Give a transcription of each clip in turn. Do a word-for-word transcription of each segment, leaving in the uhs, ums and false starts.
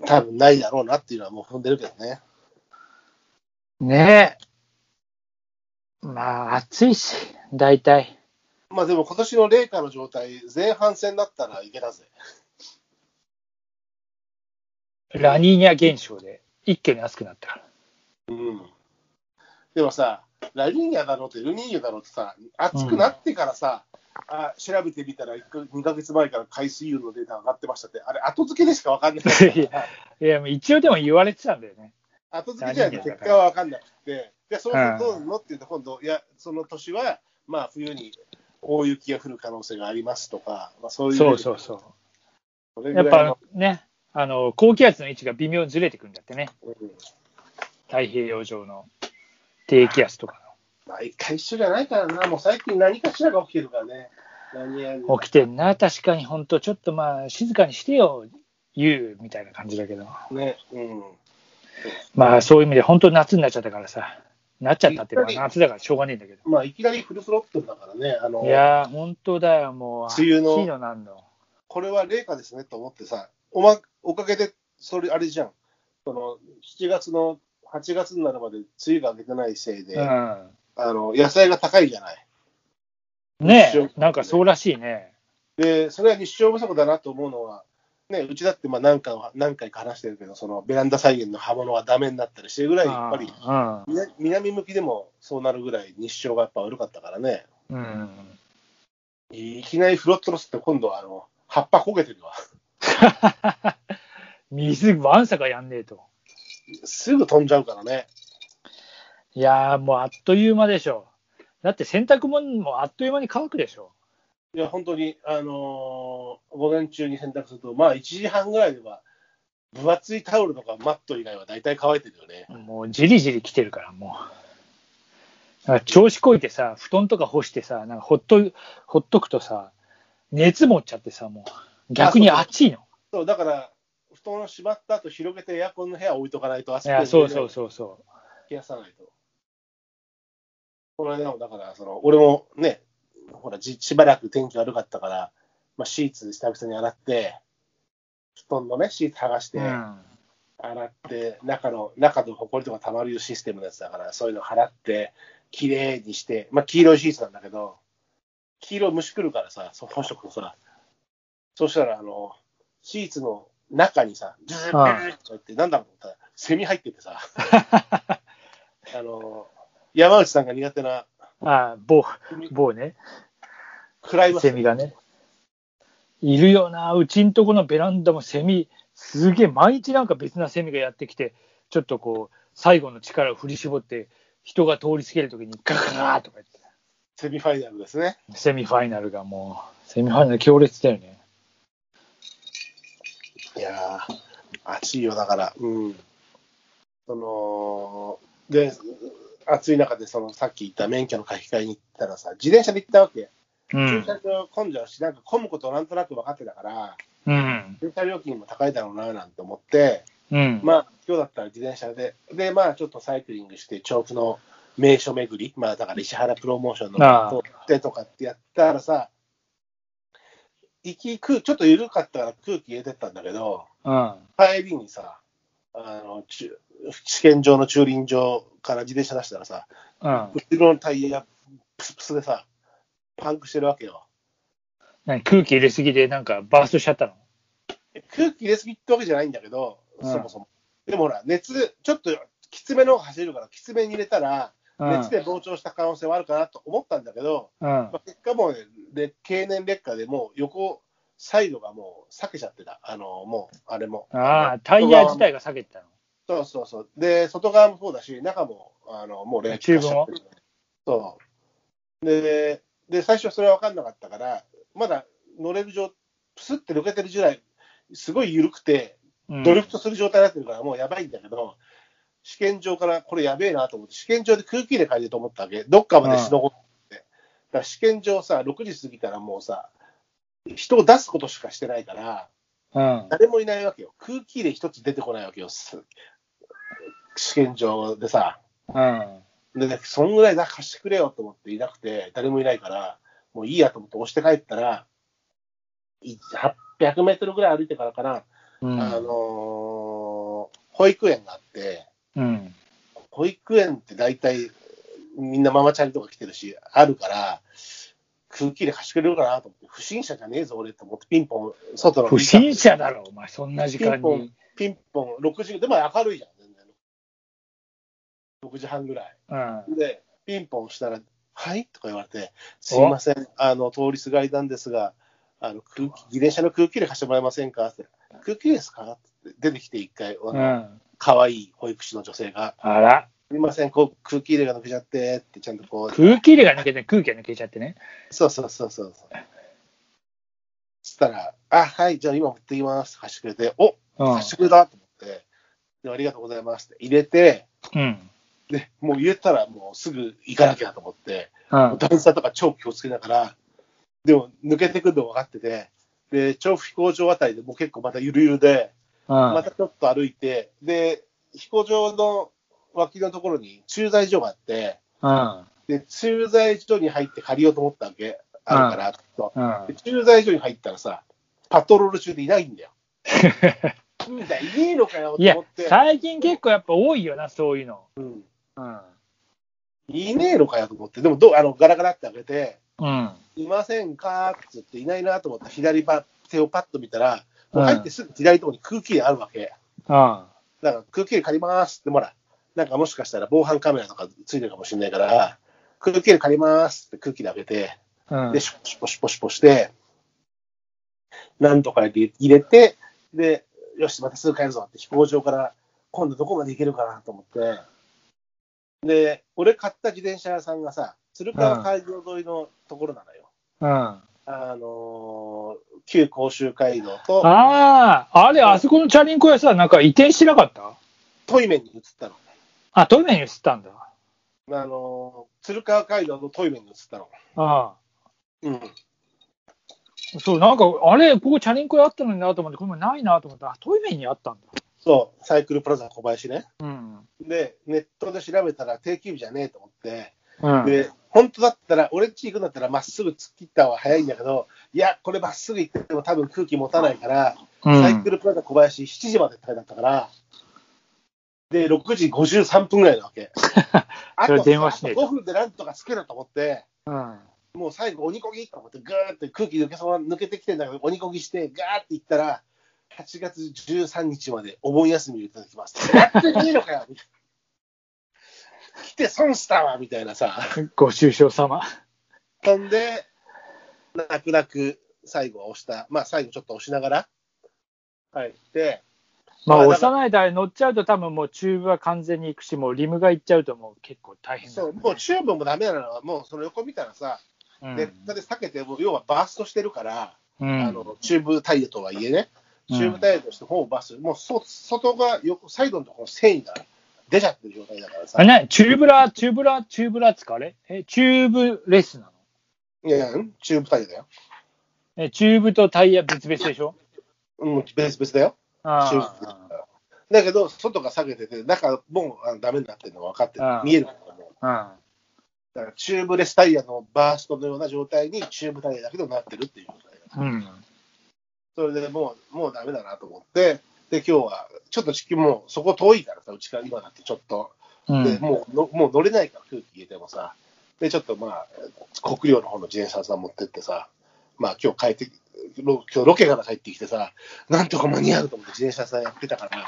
多分ないだろうなっていうのはもう踏んでるけどね。 ねえ。まあ、暑いし、大体。 まあでも今年の冷夏の状態、前半戦だったらいけたぜ。 ラニーニャ現象で一気に暑くなったから。 うん。でもさ、ラニーニャだろうとエルニーニョだろうとさ、暑くなってからさ、うん、あ調べてみたらにかげつまえから海水温のデータ上がってましたって、あれ、後付けでしか分かんないからいや、いや一応でも言われてたんだよね。 後付けじゃないと結果は分かんなくて、でそうするとどうなのって言うと、今度、いや、その年は、まあ、冬に大雪が降る可能性がありますとか、まあ、そういう。 そうそうそう。やっぱね、あの高気圧の位置が微妙にずれてくるんだってね。うん、太平洋上の低気圧とかの。毎回一緒じゃないからな、もう最近何かしらが起きてるからね。 何や起きてんな、確かに、本当、ちょっとまあ、静かにしてよ、言うみたいな感じだけど。 ね、うん。 まあ、そういう意味で、本当に夏になっちゃったからさ、なっちゃったっていうのは夏だからしょうがねえんだけど。 まあ、いきなりフルスロットルだからね。あのいやー、本当だよ、もう、 梅雨の、 暑いのなんの。 これは冷夏ですねと思ってさ、おま、おかげで、それあれじゃん。その、しちがつの、はちがつになるまで梅雨が明けてないせいで、うん、あの、野菜が高いじゃない。 ねえ、なんかそうらしいね。 で、それは日照不足だなと思うのは、ね、うちだってまあ何回何回か話してるけど、そのベランダ菜園の葉物がダメになったりしてるぐらい、やっぱり、南向きでもそうなるぐらい日照がやっぱ悪かったからね。うん、いきなりフロットロスって今度はあの葉っぱ焦げてるわ。 水わんさかやんねえと。 すぐ飛んじゃうからね。 いやー、もうあっという間でしょ。だって洗濯物もあっという間に乾くでしょ。 いや、本当に、あのー、午前中に洗濯すると、まあいちじはんぐらいでは、分厚いタオルとかマット以外は大体乾いてるよね。 もうじりじり来てるから、もう。なんか調子こいてさ、布団とか干してさ、なんかほっと、ほっとくとさ、熱持っちゃってさ、もう逆に暑いの。 そう、そうだから、布団をしまった後広げてエアコンの部屋を置いとかないと、 あそこに、ね、そうそうそうそう。 冷やさないと。この間もだから、その俺もね、ほらじ、しばらく天気悪かったから、まあ、シーツ久々に洗って、布団のね、シーツ剥がして、うん、洗って、中の、中のホコリとかたまるシステムのやつだから、そういうの払って、きれいにして、まあ、黄色いシーツなんだけど、黄色い虫来るからさ、そう干しとくとさ、そしたら、あの、シーツの中にさ、ズーッとって、なんだろうと思ったら、セミ入っててさ、あの、山内さんが苦手な、 ああ、棒、棒ね。 食らいますセミがね。いるよな、うちんとこのベランダもセミ、すげえ、毎日なんか別なセミがやってきて、ちょっとこう、最後の力を振り絞って、人が通り過ぎるときにガガガーとか言って。 セミファイナルですね。 セミファイナルがもう、セミファイナル強烈だよね。 いやー、暑いよ、だから、うん。その、で、暑い中で、その、さっき言った免許の書き換えに行ったらさ、自転車で行ったわけ。うん、駐車場混んじゃうし、なんか混むことなんとなく分かってたから、うん、駐車料金も高いだろうな、なんて思って、うん、まあ、今日だったら自転車で、で、まあ、ちょっとサイクリングして、調布の名所巡り、まあ、だから石原プロモーションの通ってとかってやったらさ、行き空、ちょっと緩かったから空気入れてったんだけど、うん、帰りにさ、あの、試験場の駐輪場から自転車出したらさ、うん、後ろのタイヤプスプスでさ、パンクしてるわけよ。 何、空気入れすぎでなんかバーストしちゃったの？ 空気入れすぎってわけじゃないんだけど、うん、そもそも。でもほら、熱、ちょっときつめの方が走るから、きつめに入れたら、熱で膨張した可能性はあるかなと思ったんだけど、うん、まあ、結果もうね、経年劣化でもう横、サイドがもう裂けちゃってた。あの、もう、あれも。 ああ、タイヤ自体が裂けてたの。 そうそうそう。で、外側もそうだし、中も、あの、もう劣化しちゃってる。そう。で、で、最初はそれは分かんなかったから、まだ乗れる状、プスって抜けてるぐらい、すごい緩くて、ドリフトする状態になってるから、もうやばいんだけど、うん、試験場からこれやべえなと思って、試験場で空気入れ替えてと思ったわけ。どっかまでしのごって。うん、だから試験場さ、ろくじ過ぎたらもうさ、人を出すことしかしてないから、うん、誰もいないわけよ。空気入れ一つ出てこないわけよ。試験場でさ。うん、で、ね、そんぐらい貸してくれよと思っていなくて、誰もいないから、もういいやと思って押して帰ったら、はっぴゃくメートルぐらい歩いてからかな、うん、あのー、 保育園があって、 うん、 保育園って大体みんなママチャリとか来てるし、あるから、空気入れ貸してくれるかなと思って、不審者じゃねえぞ、俺と思って、ピンポン、外の。 不審者だろ、お前、そんな時間に。 ピンポン、ピンポン、ろくじ、でも明るいじゃん、全然。ろくじはんぐらい。うん、で、ピンポンしたら、はいとか言われて、すいません、あの、通りすがりなんですが、あの空気自転車の空気入れ貸してもらえませんかって、空気入れですかって出てきて一回、あの、うん、可愛い保育士の女性が。 あら。 すみません、こう空気入れが抜けちゃってって、ちゃんとこう。 空気入れが抜けて、空気が抜けちゃってね。 そうそうそうそう。そしたら、あ、はい、じゃあ今持ってきます。貸してくれて、お、貸してくれたと思って、でありがとうございますって入れて、うん、でもう入れたらもうすぐ行かなきゃと思って、うん、段差とか超気をつけながら、でも抜けてくるの分かってて、で、調布飛行場あたりでもう結構またゆるゆるで、うん、またちょっと歩いて、で、飛行場の脇のところに駐在所があって、うん、で、駐在所に入って借りようと思ったわけ、あるから、と、うん、駐在所に入ったらさ、パトロール中でいないんだよ。いいんだ、いいのかよと思って。 いや、最近結構やっぱ多いよな、そういうの。うんうん、いねえのかよと思って、でもどうあのガラガラって開けて、うん、いませんかって言って、いないなと思ったら、左手をパッと見たら、もう入ってすぐ左のところに空気入れあるわけ。うん、だから空気入れ借りますって、ほら、なんかもしかしたら防犯カメラとかついてるかもしれないから、空気入れ借りますって空気で開けて、うん、で、シュポシュポシュポシュポして、なんとか入れて、で、よし、またすぐ帰るぞって飛行場から今度どこまで行けるかなと思って、で、俺買った自転車屋さんがさ、鶴川海峡沿いのところなのよ。うん。あのー、旧甲州街道と。 ああ、あれ、あそこのチャリンコ屋さ、なんか移転しなかった？ トイメンに移ったの。 あ、トイメンに移ったんだ。 あのー、鶴川街道のトイメンに移ったの。ああ。 うん。そう、なんか、あれ、ここチャリンコ屋あったのになと思って、これもないなと思ったら、トイメンにあったんだ。 そう、サイクルプラザ小林ね。うん。で、ネットで調べたら定休日じゃねえと思って、うん、で、本当だったら、俺っち行くんだったらまっすぐ突っ切った方が早いんだけど、いや、これまっすぐ行っても多分空気持たないから、うん、サイクルプラザ小林しちじまでってだったから、で、ろくじごじゅうさんぷんぐらいなわけ。あと電話しねえとごふんでなんとかつけろと思って、うん、もう最後鬼こぎと思って、ぐーって空気抜けそうな抜けてきてんだけど、鬼こぎして、ガーって行ったら、はちがつじゅうさんにちまでお盆休みをいただきます。やっていいのかよみたいな。来て損したわみたいなさ。 ご愁傷様。 ほんで、泣く泣く最後は押した。まあ最後ちょっと押しながら帰って。 まあ押さないであれ乗っちゃうと多分もうチューブは完全にいくし、もうリムがいっちゃうともう結構大変だ、ね。 そう、もうチューブもダメなのは、もうその横見たらさ、うん、で、で避けて、要はバーストしてるから、うん、あのチューブタイヤとはいえね。チューブタイヤとしてほぼバス、もうそ外がよサイドのところの繊維が出ちゃってる状態だからさ。 あれ、チューブラー、チューブラー、チューブラーつかあれえ、チューブレスなの？ いや、チューブタイヤだよ。 え、チューブとタイヤ別々でしょ？ うん、別々だよ。あチューブだけど、外が下げてて、中もうあのダメになってるのが分かってる。見えるからもう。だからチューブレスタイヤのバーストのような状態にチューブタイヤだけどなってるっていう状態。うん。それでもう、もうダメだなと思って、で、今日は、ちょっと地球もそこ遠いからさ、うちから今だってちょっと、うん、でもうの、もう乗れないから空気入れてもさ、で、ちょっとまあ、国領の方の自転車屋さん持ってってさ、まあ今日帰って、今日ロケから帰ってきてさ、なんとか間に合うと思って自転車屋さんやってたから、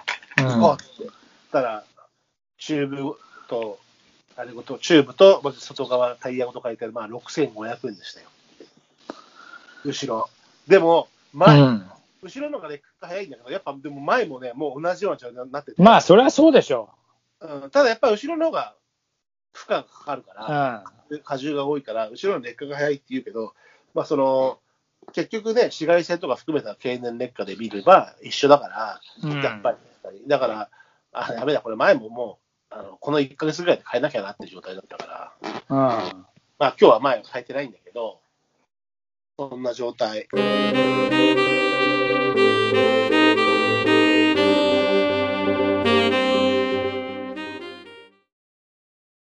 行こうって言って、たら、チューブと、あれごと、チューブと、まず外側タイヤごと書いてある、まあろくせんごひゃくえんでしたよ。後ろ。でも、前、うん、後ろの方が劣化早いんだけど、やっぱでも前もね、もう同じような状態になってて。 まあ、それはそうでしょう。うん、ただやっぱり後ろの方が負荷がかかるから、うん、荷重が多いから、後ろの劣化が早いって言うけど、まあその、結局ね、紫外線とか含めた経年劣化で見れば一緒だから、うん、やっぱり、だから、あ、やべだ、これ前ももう、あのこのいっかげつぐらいで変えなきゃなって状態だったから、うん、まあ今日は前は変えてないんだけど、そんな状態。